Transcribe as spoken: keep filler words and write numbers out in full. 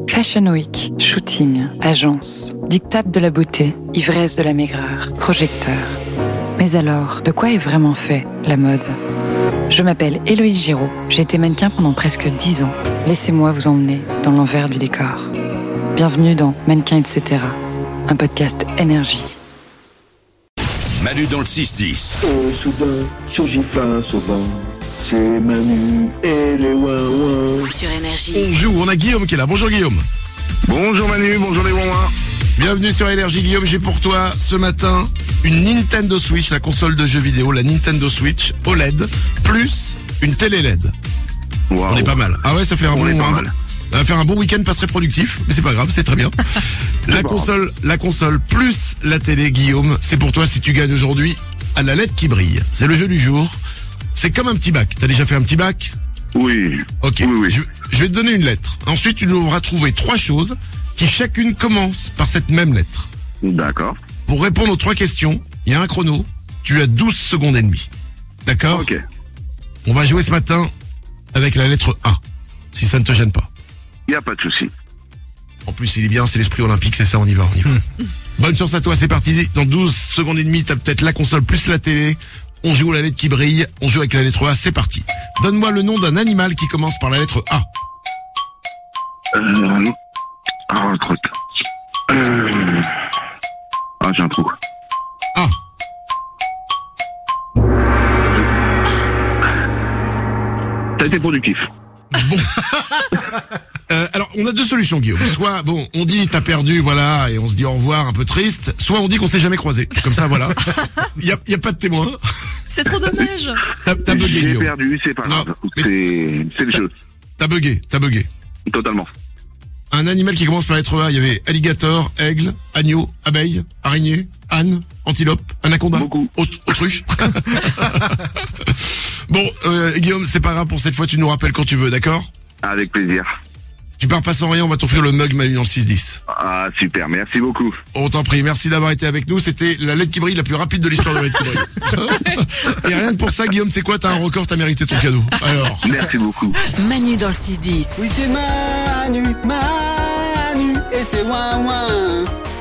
Fashion Week, shooting, agence, diktat de la beauté, ivresse de la maigreur, projecteur. Mais alors, de quoi est vraiment fait la mode ? Je m'appelle Héloïse Giraud, j'ai été mannequin pendant presque dix ans. Laissez-moi vous emmener dans l'envers du décor. Bienvenue dans Mannequin et cetera, un podcast énergie. Manu dans le six dix. Oh, soudain, surgit face au vent. C'est Manu et les ouin-ouin. Sur Énergie. On joue, on a Guillaume qui est là. Bonjour Guillaume. Bonjour Manu, bonjour les ouin-ouin. Bienvenue sur Énergie Guillaume, j'ai pour toi ce matin une Nintendo Switch, la console de jeux vidéo, la Nintendo Switch O L E D, plus une télé L E D. Wow. On est pas mal. Ah ouais, ça fait un On bon, est pas un, mal. ça va faire un bon week-end pas très productif, mais c'est pas grave, c'est très bien. la bon. console, la console plus la télé Guillaume, c'est pour toi si tu gagnes aujourd'hui à la L E D qui brille. C'est le jeu du jour. C'est comme un petit bac. T'as déjà fait un petit bac ? Oui. Ok. Oui, oui. Je, je vais te donner une lettre. Ensuite, tu devras trouver trois choses qui chacune commence par cette même lettre. D'accord. Pour répondre aux trois questions, il y a un chrono. Tu as douze secondes et demie. D'accord ? Ok. On va jouer ce matin avec la lettre A, si ça ne te gêne pas. Y a pas de souci. En plus, il est bien, c'est l'esprit olympique, c'est ça, on y va, on y va. Bonne chance à toi, c'est parti. Dans douze secondes et demie, t'as peut-être la console plus la télé. On joue la lettre qui brille, on joue avec la lettre A, c'est parti. Donne-moi le nom d'un animal qui commence par la lettre A. Euh... Ah, crotte. Euh... Ah, j'ai un trou. A. T'as été productif. Bon. euh, alors, on a deux solutions, Guillaume. Soit, bon, on dit t'as perdu, voilà, et on se dit au revoir, un peu triste. Soit on dit qu'on s'est jamais croisé. Comme ça, voilà. Il y a, y a pas de témoin. C'est trop dommage. T'as, t'as bugué, J'ai Guillaume. perdu, c'est pas Non, grave. mais- C'est, c'est le jeu. T'as bugué, t'as bugué. Totalement. Un animal qui commence par la lettre A, il y avait alligator, aigle, agneau, abeille, araignée, âne, antilope, anaconda, Beaucoup. aut- autruche. Bon, euh, Guillaume, c'est pas grave pour cette fois, tu nous rappelles quand tu veux, d'accord ? Avec plaisir. Tu pars pas sans rien, on va t'offrir le mug Manu dans le six dix. Ah, super, merci beaucoup. On t'en prie, merci d'avoir été avec nous, c'était la lettre qui brille la plus rapide de l'histoire de la lettre qui brille. Et rien que pour ça, Guillaume, c'est quoi, t'as un record, t'as mérité ton cadeau. Alors, Merci beaucoup. Manu dans le six dix. Oui, c'est Manu, Manu, et c'est ouin ouin.